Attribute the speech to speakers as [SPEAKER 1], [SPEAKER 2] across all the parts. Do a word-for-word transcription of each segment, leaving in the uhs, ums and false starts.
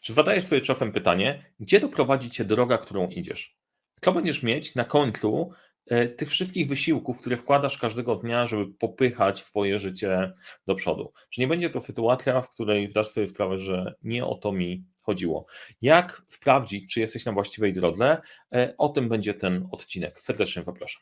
[SPEAKER 1] Czy zadajesz sobie czasem pytanie, gdzie doprowadzi cię droga, którą idziesz? Co będziesz mieć na końcu e, tych wszystkich wysiłków, które wkładasz każdego dnia, żeby popychać swoje życie do przodu? Czy nie będzie to sytuacja, w której zdasz sobie sprawę, że nie o to mi chodziło? Jak sprawdzić, czy jesteś na właściwej drodze? E, O tym będzie ten odcinek. Serdecznie zapraszam.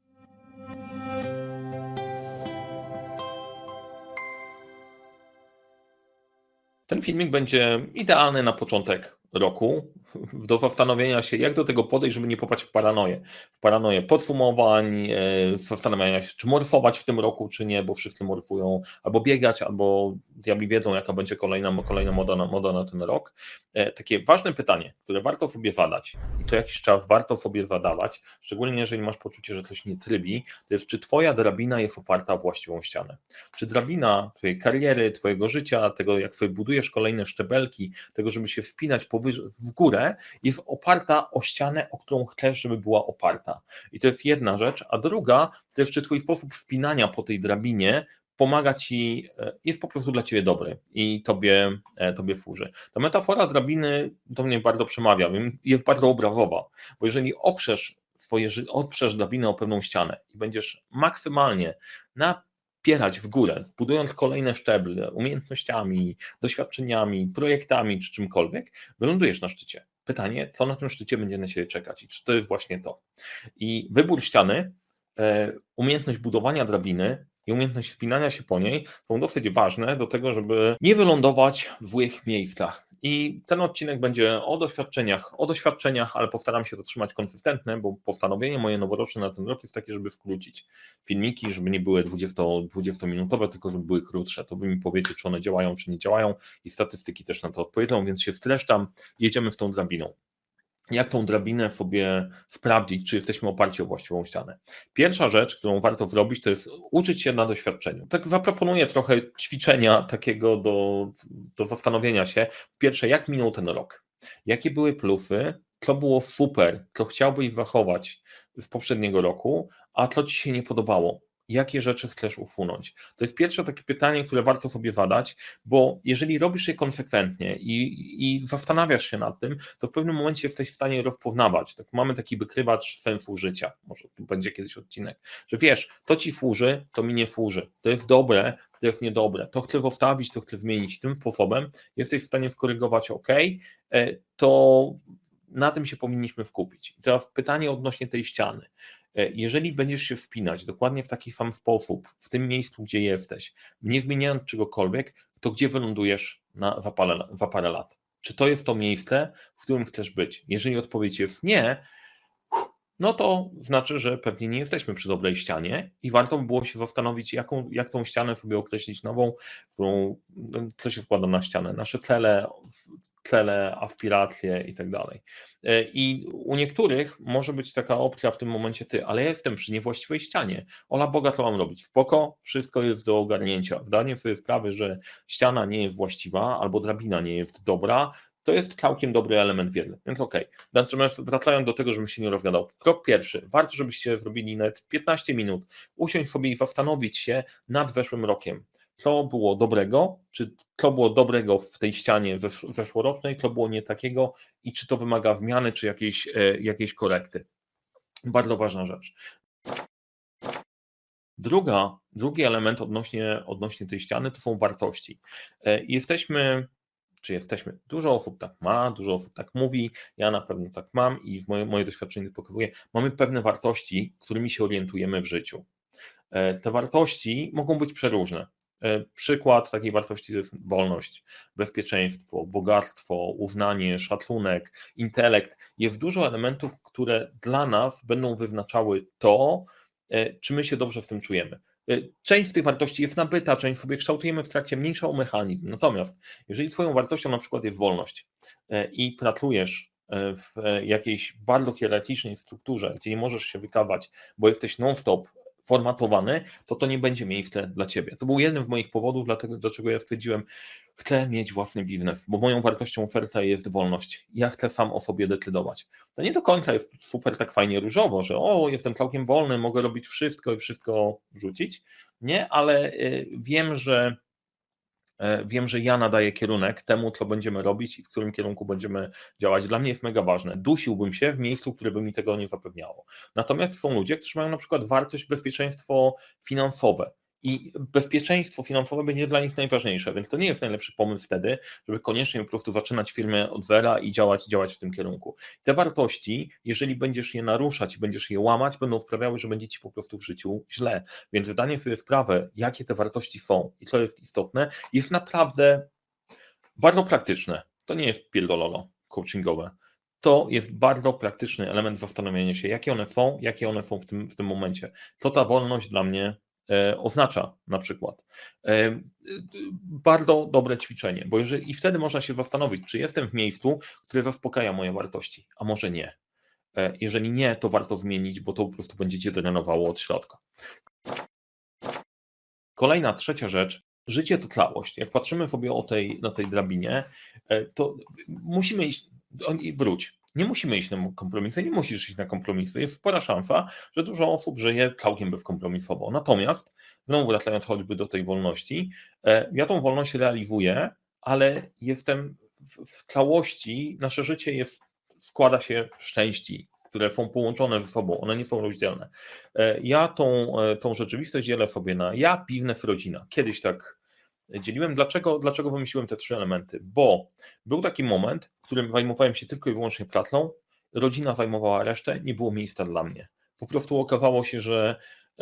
[SPEAKER 1] Ten filmik będzie idealny na początek roku, do zastanowienia się, jak do tego podejść, żeby nie popaść w paranoję. W paranoję podsumowań, e, zastanawiania się, czy morfować w tym roku, czy nie, bo wszyscy morfują, albo biegać, albo diabli wiedzą, jaka będzie kolejna, kolejna moda, na, moda na ten rok. E, Takie ważne pytanie, które warto sobie zadać i co jakiś czas warto sobie zadawać, szczególnie jeżeli masz poczucie, że coś nie trybi, to jest, czy twoja drabina jest oparta o właściwą ścianę. Czy drabina twojej kariery, twojego życia, tego, jak sobie budujesz kolejne szczebelki, tego, żeby się wspinać powyż- w górę, jest oparta o ścianę, o którą chcesz, żeby była oparta. I to jest jedna rzecz, a druga to jest, czy twój sposób wspinania po tej drabinie pomaga ci, jest po prostu dla ciebie dobry i tobie, tobie służy. Ta metafora drabiny do mnie bardzo przemawia, jest bardzo obrazowa, bo jeżeli oprzesz swoje, oprzesz drabinę o pewną ścianę i będziesz maksymalnie napierać w górę, budując kolejne szczeble umiejętnościami, doświadczeniami, projektami czy czymkolwiek, wylądujesz na szczycie. Pytanie, co na tym szczycie będzie na ciebie czekać i czy to jest właśnie to. I wybór ściany, umiejętność budowania drabiny i umiejętność wspinania się po niej są dosyć ważne do tego, żeby nie wylądować w złych miejscach. I ten odcinek będzie o doświadczeniach, o doświadczeniach, ale postaram się to trzymać konsystentne, bo postanowienie moje noworoczne na ten rok jest takie, żeby skrócić filmiki, żeby nie były dwudziestominutowe, tylko żeby były krótsze. To by mi powiedzieć, czy one działają, czy nie działają i statystyki też na to odpowiedzą, więc się streszczam, jedziemy z tą drabiną. Jak tą drabinę sobie sprawdzić, czy jesteśmy oparci o właściwą ścianę. Pierwsza rzecz, którą warto zrobić, to jest uczyć się na doświadczeniu. Tak zaproponuję trochę ćwiczenia takiego do, do zastanowienia się. Pierwsze, jak minął ten rok? Jakie były plusy? Co było super? Co chciałbyś zachować z poprzedniego roku? A co ci się nie podobało? Jakie rzeczy chcesz usunąć? To jest pierwsze takie pytanie, które warto sobie zadać, bo jeżeli robisz je konsekwentnie i, i zastanawiasz się nad tym, to w pewnym momencie jesteś w stanie rozpoznawać. Tak, mamy taki wykrywacz sensu życia, może tu będzie kiedyś odcinek, że wiesz, to ci służy, to mi nie służy, to jest dobre, to jest niedobre, to chcę zostawić, to chcę zmienić. Tym sposobem jesteś w stanie skorygować, ok, to na tym się powinniśmy skupić. I teraz pytanie odnośnie tej ściany. Jeżeli będziesz się wspinać dokładnie w taki sam sposób, w tym miejscu, gdzie jesteś, nie zmieniając czegokolwiek, to gdzie wylądujesz na, za, parę, za parę lat? Czy to jest to miejsce, w którym chcesz być? Jeżeli odpowiedź jest nie, no to znaczy, że pewnie nie jesteśmy przy dobrej ścianie i warto by było się zastanowić, jaką, jak tą ścianę sobie określić nową, którą, co się składa na ścianę, nasze cele, cele, aspiracje i tak dalej. I u niektórych może być taka opcja w tym momencie, ty, ale ja jestem przy niewłaściwej ścianie. Ola Boga, co mam robić? Spoko, wszystko jest do ogarnięcia. Zdanie sobie sprawy, że ściana nie jest właściwa albo drabina nie jest dobra, to jest całkiem dobry element wiedzy, więc okej. Okay. Natomiast wracając do tego, żebym się nie rozgadał. Krok pierwszy. Warto, żebyście zrobili nawet piętnaście minut, usiąść sobie i zastanowić się nad zeszłym rokiem. Co było dobrego, czy co było dobrego w tej ścianie zeszłorocznej, co było nie takiego i czy to wymaga zmiany, czy jakiejś, jakiejś korekty. Bardzo ważna rzecz. Druga, drugi element odnośnie, odnośnie tej ściany to są wartości. Jesteśmy, czy jesteśmy, dużo osób tak ma, dużo osób tak mówi, ja na pewno tak mam i moje, moje doświadczenie pokazuje, mamy pewne wartości, którymi się orientujemy w życiu. Te wartości mogą być przeróżne. Przykład takiej wartości to jest wolność, bezpieczeństwo, bogactwo, uznanie, szacunek, intelekt. Jest dużo elementów, które dla nas będą wyznaczały to, czy my się dobrze z tym czujemy. Część z tych wartości jest nabyta, część sobie kształtujemy w trakcie, mniejsza o mechanizm. Natomiast jeżeli twoją wartością na przykład jest wolność i pracujesz w jakiejś bardzo hierarchicznej strukturze, gdzie nie możesz się wykazać, bo jesteś non-stop formatowany, to to nie będzie miejsce dla ciebie. To był jeden z moich powodów, dlatego, dlaczego ja stwierdziłem, chcę mieć własny biznes, bo moją wartością oferta jest wolność. Ja chcę sam o sobie decydować. To nie do końca jest super tak fajnie różowo, że o, jestem całkiem wolny, mogę robić wszystko i wszystko rzucić. Nie, ale wiem, że Wiem, że ja nadaję kierunek temu, co będziemy robić i w którym kierunku będziemy działać. Dla mnie jest mega ważne. Dusiłbym się w miejscu, które by mi tego nie zapewniało. Natomiast są ludzie, którzy mają na przykład wartość bezpieczeństwo finansowe. I bezpieczeństwo finansowe będzie dla nich najważniejsze, więc to nie jest najlepszy pomysł wtedy, żeby koniecznie po prostu zaczynać firmę od zera i działać, działać w tym kierunku. Te wartości, jeżeli będziesz je naruszać i będziesz je łamać, będą sprawiały, że będzie ci po prostu w życiu źle. Więc zdanie sobie sprawę, jakie te wartości są i co jest istotne, jest naprawdę bardzo praktyczne. To nie jest pierdololo coachingowe. To jest bardzo praktyczny element zastanowienia się, jakie one są, jakie one są w tym, w tym momencie. Co ta wolność dla mnie e, oznacza na przykład. E, bardzo dobre ćwiczenie, bo jeżeli, i wtedy można się zastanowić, czy jestem w miejscu, które zaspokaja moje wartości, a może nie. E, jeżeli nie, to warto zmienić, bo to po prostu będzie cię drenowało od środka. Kolejna, trzecia rzecz, życie to całość. Jak patrzymy sobie o tej, na tej drabinie, to musimy iść, wróć, nie musimy iść na kompromisy, nie musisz iść na kompromisy. Jest spora szansa, że dużo osób żyje całkiem bezkompromisowo. Natomiast, znowu wracając choćby do tej wolności, ja tą wolność realizuję, ale jestem w, w całości, nasze życie jest, składa się z części, które są połączone ze sobą, one nie są rozdzielne. Ja tą, tą rzeczywistość dzielę sobie na ja, biznes, rodzina. Kiedyś tak dzieliłem. Dlaczego, dlaczego wymyśliłem te trzy elementy? Bo był taki moment, w którym zajmowałem się tylko i wyłącznie pracą, rodzina zajmowała resztę, nie było miejsca dla mnie. Po prostu okazało się, że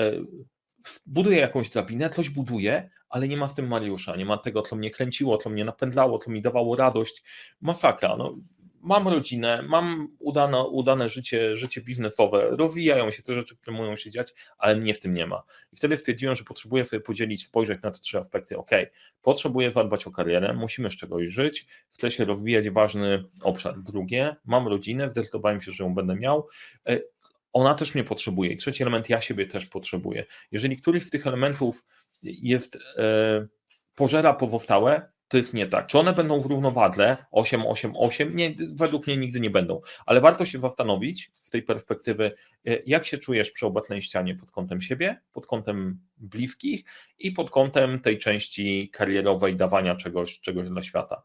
[SPEAKER 1] buduję jakąś drabinę, coś buduję, ale nie ma w tym Mariusza, nie ma tego, co mnie kręciło, co mnie napędlało, co mi dawało radość. Masakra, no. Mam rodzinę, mam udane, udane życie, życie biznesowe, rozwijają się te rzeczy, które mają się dziać, ale mnie w tym nie ma. I wtedy stwierdziłem, że potrzebuję sobie podzielić, spojrzeć na te trzy aspekty. Ok, potrzebuję zadbać o karierę, musimy z czegoś żyć, chcę się rozwijać, ważny obszar. Drugie, mam rodzinę, zdecydowałem się, że ją będę miał. Ona też mnie potrzebuje. I trzeci element, ja siebie też potrzebuję. Jeżeli któryś z tych elementów jest, e, pożera pozostałe, to jest nie tak. Czy one będą w równowadle osiem, osiem, osiem? Nie, według mnie nigdy nie będą. Ale warto się zastanowić z tej perspektywy, jak się czujesz przy obecnej ścianie pod kątem siebie, pod kątem bliskich i pod kątem tej części karierowej, dawania czegoś, czegoś dla świata.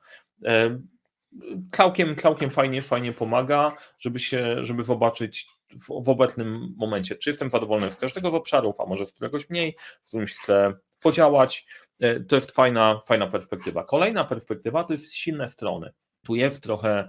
[SPEAKER 1] Całkiem, całkiem fajnie, fajnie pomaga, żeby się, żeby zobaczyć w, w obecnym momencie, czy jestem zadowolony z każdego z obszarów, a może z któregoś mniej, w którymś chcę podziałać. To jest fajna, fajna perspektywa. Kolejna perspektywa to jest silne strony. Tu jest trochę,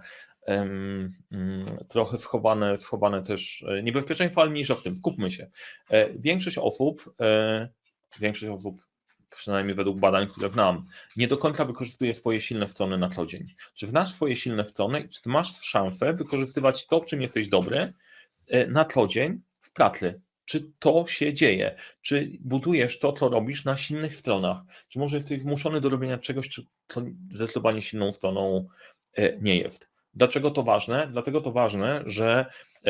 [SPEAKER 1] um, trochę schowane, schowane też niebezpieczeństwo, ale mniejsza w tym, skupmy się. Większość osób, większość osób, przynajmniej według badań, które znam, nie do końca wykorzystuje swoje silne strony na co dzień. Czy znasz swoje silne strony i czy ty masz szansę wykorzystywać to, w czym jesteś dobry na co dzień w pracy? Czy to się dzieje? Czy budujesz to, co robisz na silnych stronach? Czy może jesteś zmuszony do robienia czegoś, co zdecydowanie silną stroną nie jest? Dlaczego to ważne? Dlatego to ważne, że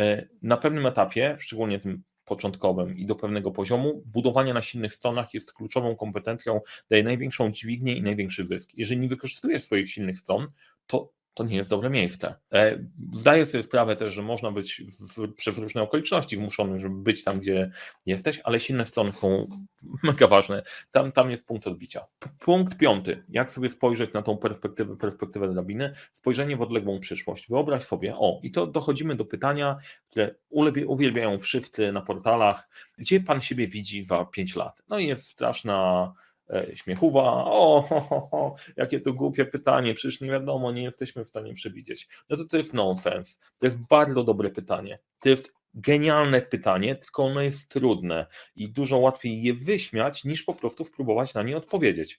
[SPEAKER 1] na pewnym etapie, szczególnie tym początkowym i do pewnego poziomu, budowanie na silnych stronach jest kluczową kompetencją, daje największą dźwignię i największy zysk. Jeżeli nie wykorzystujesz swoich silnych stron, to to nie jest dobre miejsce. Zdaję sobie sprawę też, że można być w, przez różne okoliczności zmuszonym, żeby być tam, gdzie jesteś, ale silne strony są mega ważne. Tam, tam jest punkt odbicia. Punkt piąty. Jak sobie spojrzeć na tą perspektywę, perspektywę drabiny? Spojrzenie w odległą przyszłość. Wyobraź sobie, o, i to dochodzimy do pytania, które uwielbiają wszyscy na portalach, gdzie pan siebie widzi za pięć lat? No i jest straszna śmiechuwa, o, ho, ho, ho, jakie to głupie pytanie, przecież nie wiadomo, nie jesteśmy w stanie przewidzieć. No to to jest nonsens. To jest bardzo dobre pytanie. To jest genialne pytanie, tylko ono jest trudne i dużo łatwiej je wyśmiać, niż po prostu spróbować na nie odpowiedzieć.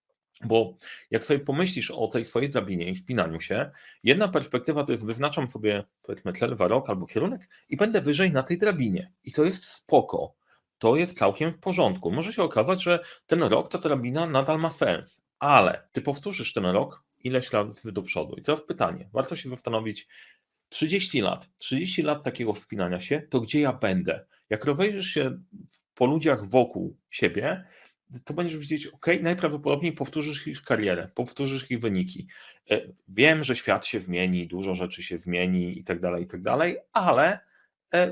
[SPEAKER 1] Bo jak sobie pomyślisz o tej swojej drabinie i spinaniu się, jedna perspektywa to jest wyznaczam sobie, powiedzmy, cel za rok albo kierunek i będę wyżej na tej drabinie. I to jest spoko. To jest całkiem w porządku. Może się okazać, że ten rok ta drabina nadal ma sens, ale ty powtórzysz ten rok ileś razy do przodu. I teraz pytanie, warto się zastanowić, trzydzieści lat, trzydzieści lat takiego wspinania się, to gdzie ja będę? Jak rozejrzysz się po ludziach wokół siebie, to będziesz widzieć, ok, najprawdopodobniej powtórzysz ich karierę, powtórzysz ich wyniki. Wiem, że świat się zmieni, dużo rzeczy się zmieni i tak dalej, i tak dalej, ale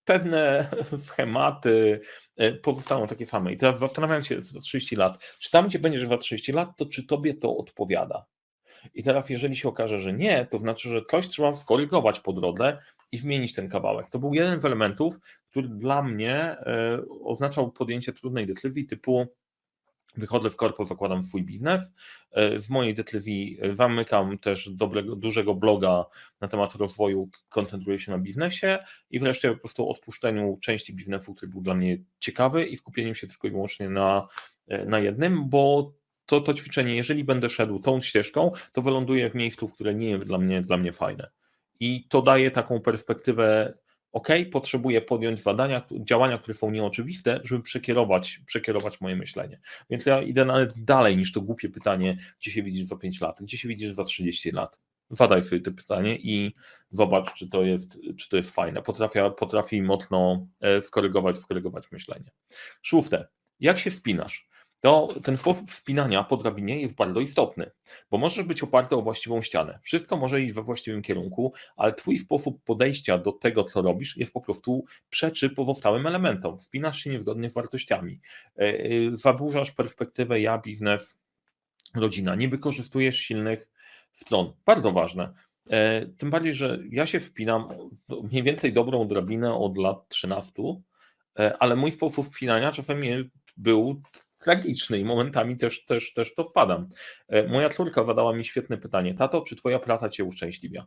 [SPEAKER 1] pewne schematy pozostaną takie same. I teraz zastanawiam się za trzydzieści lat, czy tam, gdzie będziesz za trzydzieści lat, to czy tobie to odpowiada? I teraz jeżeli się okaże, że nie, to znaczy, że coś trzeba skorygować po drodze i zmienić ten kawałek. To był jeden z elementów, który dla mnie oznaczał podjęcie trudnej decyzji typu wychodzę w korpo, zakładam swój biznes. Z mojej decyzji zamykam też dobrego, dużego bloga na temat rozwoju, koncentruję się na biznesie i wreszcie po prostu odpuszczeniu części biznesu, który był dla mnie ciekawy i skupieniu się tylko i wyłącznie na, na jednym, bo to, to ćwiczenie, jeżeli będę szedł tą ścieżką, to wyląduję w miejscu, które nie jest dla mnie, dla mnie fajne. I to daje taką perspektywę, ok, potrzebuję podjąć zadania, działania, które są nieoczywiste, żeby przekierować, przekierować moje myślenie. Więc ja idę nawet dalej niż to głupie pytanie, gdzie się widzisz za pięć lat, gdzie się widzisz za trzydzieści lat. Zadaj sobie to pytanie i zobacz, czy to jest, czy to jest fajne. Potrafi, potrafi mocno skorygować, skorygować myślenie. Szóste, jak się wspinasz? To ten sposób wspinania po drabinie jest bardzo istotny, bo możesz być oparty o właściwą ścianę. Wszystko może iść we właściwym kierunku, ale twój sposób podejścia do tego, co robisz, jest po prostu przeczy pozostałym elementom. Wspinasz się niezgodnie z wartościami. Zaburzasz perspektywę ja, biznes, rodzina. Nie wykorzystujesz silnych stron. Bardzo ważne. Tym bardziej, że ja się wspinam mniej więcej dobrą drabinę od lat trzynastu, ale mój sposób wspinania czasem był tragiczny i momentami też, też, też to wpadam. Moja córka zadała mi świetne pytanie. Tato, czy twoja praca cię uszczęśliwia?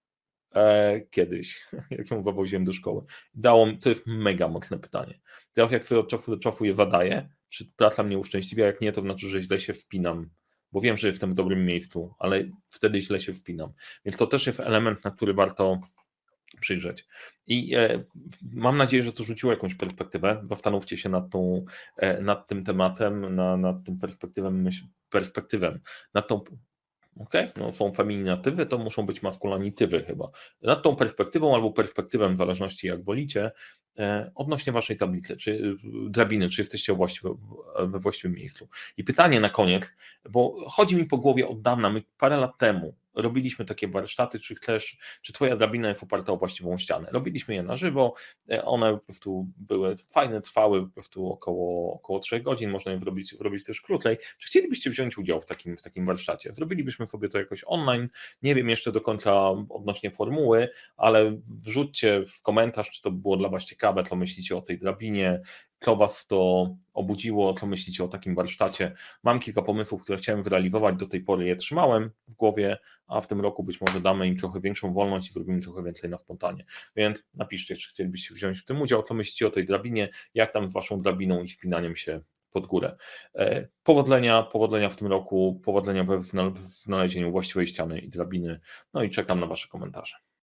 [SPEAKER 1] E, kiedyś, jak ją zawoziłem do szkoły. Dało mi, to jest mega mocne pytanie. Teraz jak sobie od czasu do czasu je zadaję, czy praca mnie uszczęśliwia, jak nie, to znaczy, że źle się wspinam, bo wiem, że jestem w dobrym miejscu, ale wtedy źle się wspinam. Więc to też jest element, na który warto przyjrzeć. I e, mam nadzieję, że to rzuciło jakąś perspektywę. Zastanówcie się nad, tą, e, nad tym tematem, na, nad tym perspektywem, myśl, perspektywem, nad tą. Okay? No, są feminatywy, to muszą być maskulanitywy chyba. Nad tą perspektywą albo perspektywem, w zależności jak wolicie, e, odnośnie waszej tablicy, czy drabiny, czy jesteście właściwe, we właściwym miejscu. I pytanie na koniec, bo chodzi mi po głowie od dawna, my parę lat temu robiliśmy takie warsztaty, czy chcesz, czy twoja drabina jest oparta o właściwą ścianę. Robiliśmy je na żywo, one po prostu były fajne, trwały po prostu około, około trzech godzin, można je zrobić, zrobić też krócej. Czy chcielibyście wziąć udział w takim, w takim warsztacie? Zrobilibyśmy sobie to jakoś online, nie wiem jeszcze do końca odnośnie formuły, ale wrzućcie w komentarz, czy to było dla was ciekawe, co myślicie o tej drabinie, co was to obudziło, co myślicie o takim warsztacie. Mam kilka pomysłów, które chciałem zrealizować, do tej pory je trzymałem w głowie, a w tym roku być może damy im trochę większą wolność i zrobimy trochę więcej na spontanie. Więc napiszcie, czy chcielibyście wziąć w tym udział, co myślicie o tej drabinie, jak tam z waszą drabiną i wspinaniem się pod górę. Powodzenia, powodzenia w tym roku, powodzenia we znalezieniu właściwej ściany i drabiny, no i czekam na wasze komentarze.